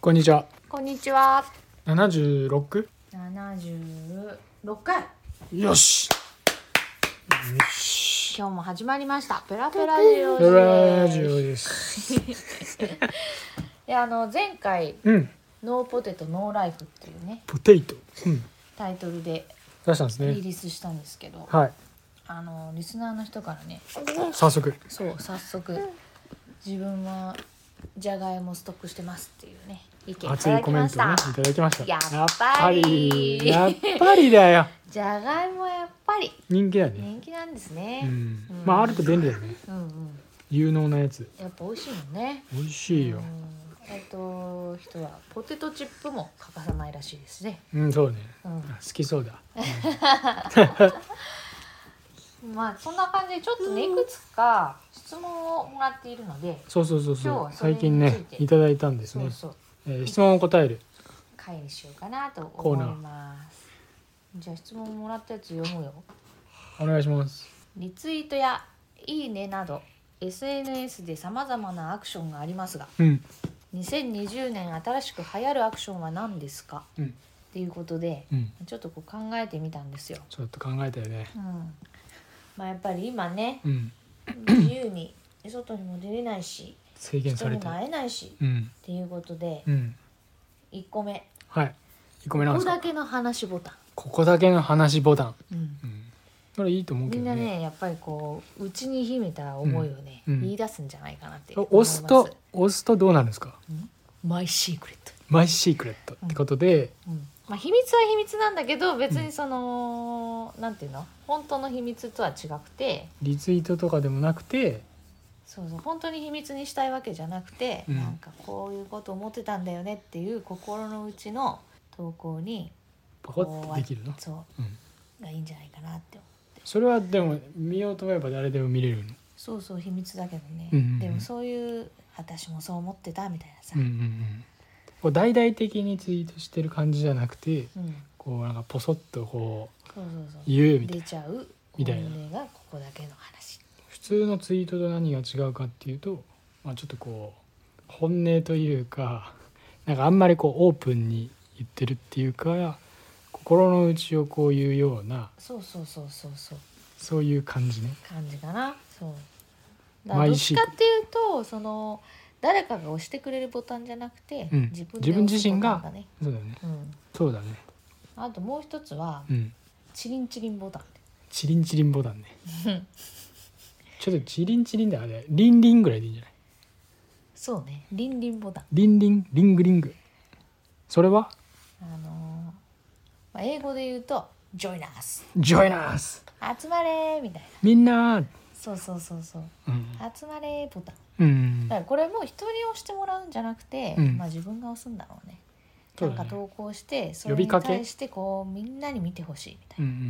こんにちは。 こんにちは。 76？ 76回。 よし。よし。 今日も始まりました。ペラペラジオペラです。 ジオです。 前回、 うん。 ノーポテトノーライフっていうねポテト。うん。 タイトルで出したんですね。 リリースしたんですけど、 はい。 リスナーの人からね、 早速。 早速自分はじゃがいもストックしてますっていうね意見いた熱いだきコメントをねました。 いただきました。 やっぱりやっぱりだよ。 じゃがいもやっぱり人気だね。 人気なんですね。 まああると便利だよね。有能なやつ。 やっぱ美味しいもんね。 美味しいよ。 人はポテトチップも欠かさないらしいですね。 そうね。 好きそうだ。 まあそんな感じでちょっとねいくつか質問をもらっているので、 そう。 今日はそれについて最近ねいただいたんですね。質問を答える回にしようかなと思います。じゃあ質問もらったやつ読むよ。 お願いします。 リツイートやいいねなど SNS でさまざまなアクションがありますが、2020年新しく流行るアクションは何ですか、っていうことで、ちょっとこう考えてみたんですよ。 ちょっと考えたよね。 まあ、やっぱり今ね、自由に外にも出れないし制限されて人にも会えないし、っていうことで、1個目、 はい、1個目なんですか。 ここだけの話ボタン。 ここだけの話ボタン。それいいと思うけどね。 みんなねやっぱりこう内に秘めた思いをね、言い出すんじゃないかなって思い押ます。 すとどうなるんですか。 マイシークレット。 マイシークレットってことで、 まあ、秘密は秘密なんだけど別にその、なんていうの本当の秘密とは違くて、 リツイートとかでもなくて、 そう本当に秘密にしたいわけじゃなくて、なんかこういうこと思ってたんだよねっていう心の内の投稿にパコッとできるの。 がいいんじゃないかなって思って。 それはでも見ようと思えば誰でも見れるの。 そう秘密だけどね、でもそういう私もそう思ってたみたいなさ、 こう大々的にツイートしてる感じじゃなくて、こうなんかポソッとこう言うみたいな、 出ちゃう本音がここだけの話。 普通のツイートと何が違うかっていうと、まあ、ちょっとこう本音というか、なんかあんまりこうオープンに言ってるっていうか、心の内をこういうような、そういう感じね。 感じかな。だからどっちかっていうとその誰かが押してくれるボタンじゃなくて、自分自身が、 そうだね、そうだね。 あともう一つは、チリンチリンボタン。 チリンチリンボタンね。ちょっとチリンチリンであれリンリンぐらいでいいんじゃない。 そうね、リンリンボタン。 リンリンリングリング。それは英語で言うと Join us 集まれみたいな、 みんな。そう、 集まれボタン、だからこれも人に押してもらうんじゃなくて、まあ自分が押すんだろうね。なんか投稿してそれに対してこうみんなに見てほしいみたいな、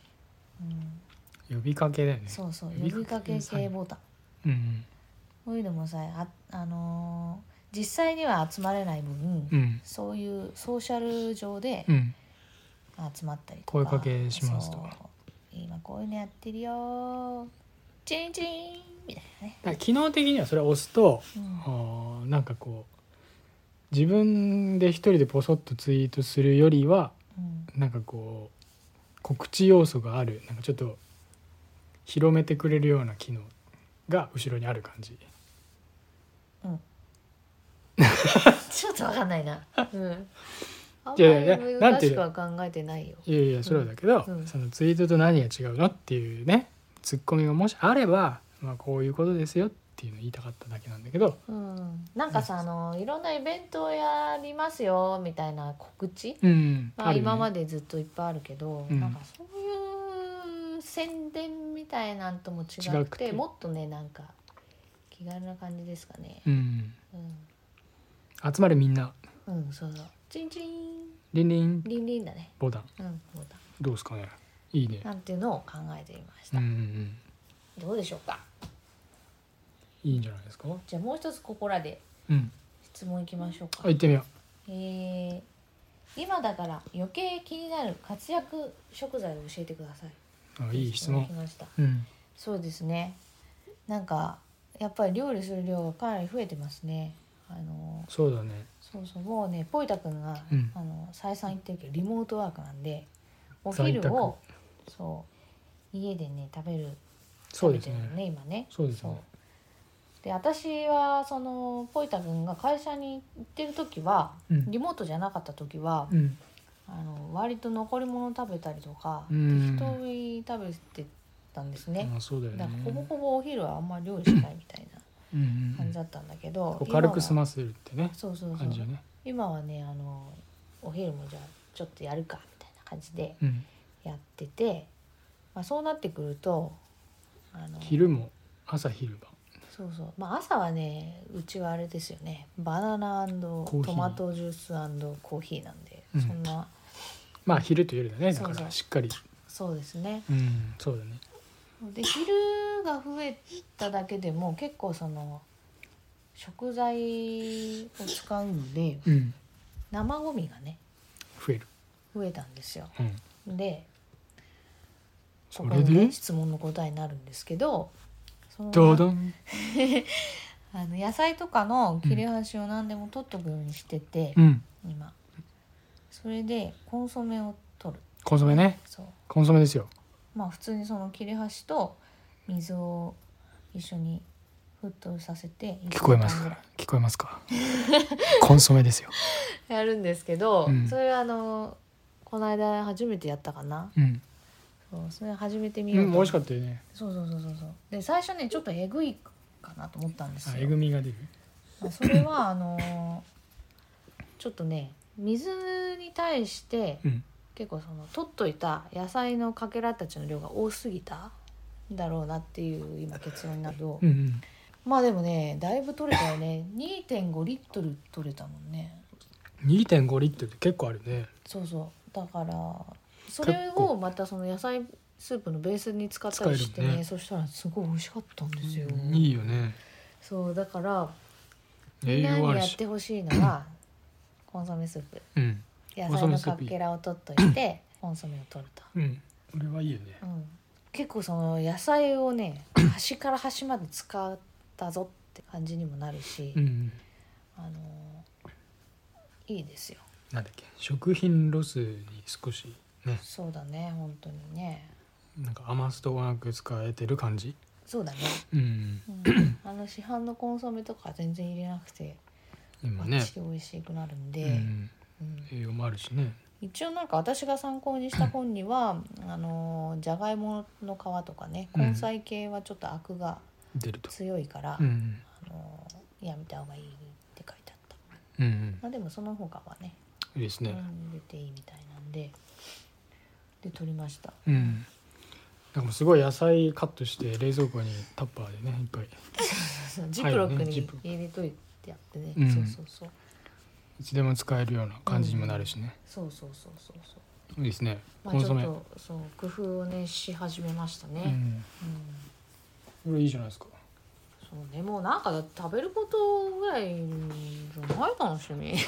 呼びかけだよね。呼びかけ系ボタン。こういうのもさ、実際には集まれない分、そういうソーシャル上で集まったりとか、 声かけしますとか、 今こういうのやってるよチリンチリンみたいなね。 だから機能的にはそれを押すと、なんかこう自分で一人でポソッとツイートするよりは、なんかこう告知要素がある、なんかちょっと広めてくれるような機能が後ろにある感じ。 ちょっと分かんないな。あんまり難しくは考えてないよ。 いやそれはだけど、そのツイートと何が違うのっていうねツッコミがもしあれば、まあ、こういうことですよっていうのを言いたかっただけなんだけど、 なんかさいろんなイベントをやりますよみたいな告知、まあ、今までずっといっぱいあるけど、なんかそういう宣伝みたいなんとも違くてもっとねなんか気軽な感じですかね。 集まるみんな。 そうチンチンリンリンリンリンだね。 ボタン。 ボタンどうですかね。いいね。 なんていうのを考えてみました。どうでしょうか。 いいんじゃないですか。 じゃあもう一つここらで質問いきましょうか。 行ってみよう。 今だから余計気になる活躍食材を教えてください。 いい質問。 そうですね。なんかやっぱり料理する量がかなり増えてますね。 そうだね。 そうそう、もうねポイタ君が、再三言ってるけどリモートワークなんでお昼をそう家でね食べてるのね今ね。 そうですね。 で私はそのポイタ君が会社に行ってる時は、リモートじゃなかった時は、割と残り物食べたりとか、適当に食べてたんですね。 そうだよね。 だからほぼほぼお昼はあんまり料理しないみたいな感じだったんだけど、 軽く済ませるってね。 そう感じよね。今はねお昼もじゃあちょっとやるかみたいな感じでやってて、そうなってくると昼も朝昼晩。 そう朝はねうちはあれですよね、バナナ&トマトジュース&コーヒーなんで、そんな昼と夜だね。だからしっかり。 そうですね。 そうだね。 で昼が増えただけでも結構その食材を使うので、生ゴミがね増えたんですよ。でそこでね質問の答えになるんですけど、 どどん野菜とかの切れ端を何でも取っとくようにしてて、今それでコンソメを取る。 コンソメね。コンソメですよ。 普通にその切れ端と水を一緒に沸騰させて聞こえますかコンソメですよ。 やるんですけど、それはこの間初めてやったかな。それ初めて見ようと、 美味しかったよね。 そうで最初ねちょっとえぐいかなと思ったんですよ。 えぐみが出る。 それはちょっとね水に対して、結構その取っといた野菜のかけらたちの量が多すぎたんだろうなっていう今結論になると、でもねだいぶ取れたよね。2.5 リットル取れたもんね。 2.5 リットルって結構あるね。 そうだからそれをまたその野菜スープのベースに使ったりしてね、そしたらすごい美味しかったんですよ。 いいよね。 そうだからみんなにやってほしいのはコンソメスープ、野菜のかけらを取っといてコンソメを取ると、 これはいいよね。 結構その野菜をね端から端まで使ったぞって感じにもなるし、いいですよ。 なんだっけ、食品ロスに少しね。 そうだね、本当にね。 なんか余すとこなく使えてる感じ。 そうだね。市販のコンソメとか全然入れなくて今ね美味しくなるんで、 栄養もあるしね。 一応なんか私が参考にした本にはじゃがいもの皮とかね、根菜系はちょっとアクが強いから、やめた方がいいって書いてあった。でもその他はね、 いいですね。 入れていいみたいなんで取りました。 なんかすごい野菜カットして冷蔵庫にタッパーでねいっぱいジップロックに入れといてやってね。 いつでも使えるような感じにもなるしね。 そういいですね。 コンソメちょっと工夫をねし始めましたね。 これいいじゃないですか。 そうね、もうなんか食べることぐらいじゃない楽しみ。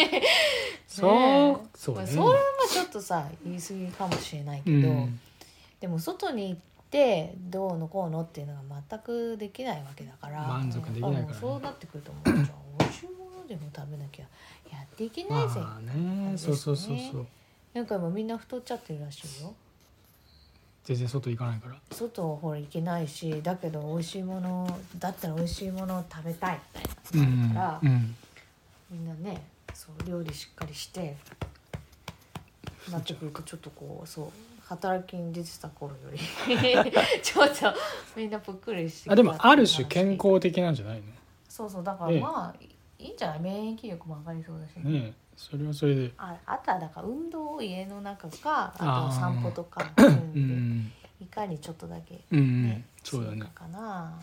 そうね。 それはちょっとさ言い過ぎかもしれないけど、でも外に行ってどうのこうのっていうのが全くできないわけだから、 満足できないからね。 そうなってくるともうじゃあ美味しいものでも食べなきゃやっていけないぜ。そうなんかもうみんな太っちゃってるらしいよ。 全然外行かないから。 外はほら行けないし、だけど美味しいものだったら美味しいものを食べたいみたいなから、みんなねそう料理しっかりしてなってくるとちょっとこう働きに出てた頃よりちょっとみんなぷっくりしてきた。 でもある種健康的なんじゃないの。 そうだからいいんじゃない。免疫力も上がりそうだしね。それはそれであとはだから運動を家の中かあと散歩とかいかにちょっとだけそうだねかな。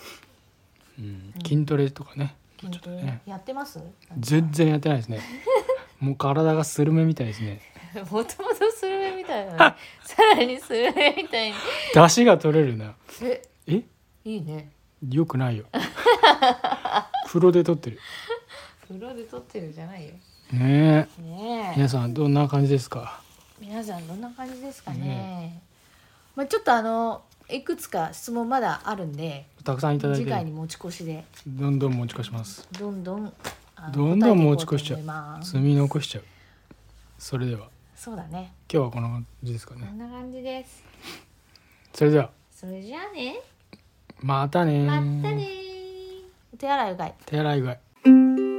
筋トレとかね。 筋トレやってます？ 全然やってないですね。もう体がスルメみたいですね。 もともとスルメみたいなのにさらにスルメみたいに出汁が取れるな。 いいね。 よくないよ。風呂で取ってる。 風呂で取ってるじゃないよ。 ねえ。皆さんどんな感じですか？ 皆さんどんな感じですかね。ちょっといくつか質問まだあるんで、 たくさんいただいて次回に持ち越しでどんどん持ち越します。 どんどん持ち越しちゃう。積み残しちゃう。それではそうだね、 今日はこんな感じですかね。 こんな感じです。 それではそれじゃあね、 またね。 またね。手洗いうがい。 手洗いうがい。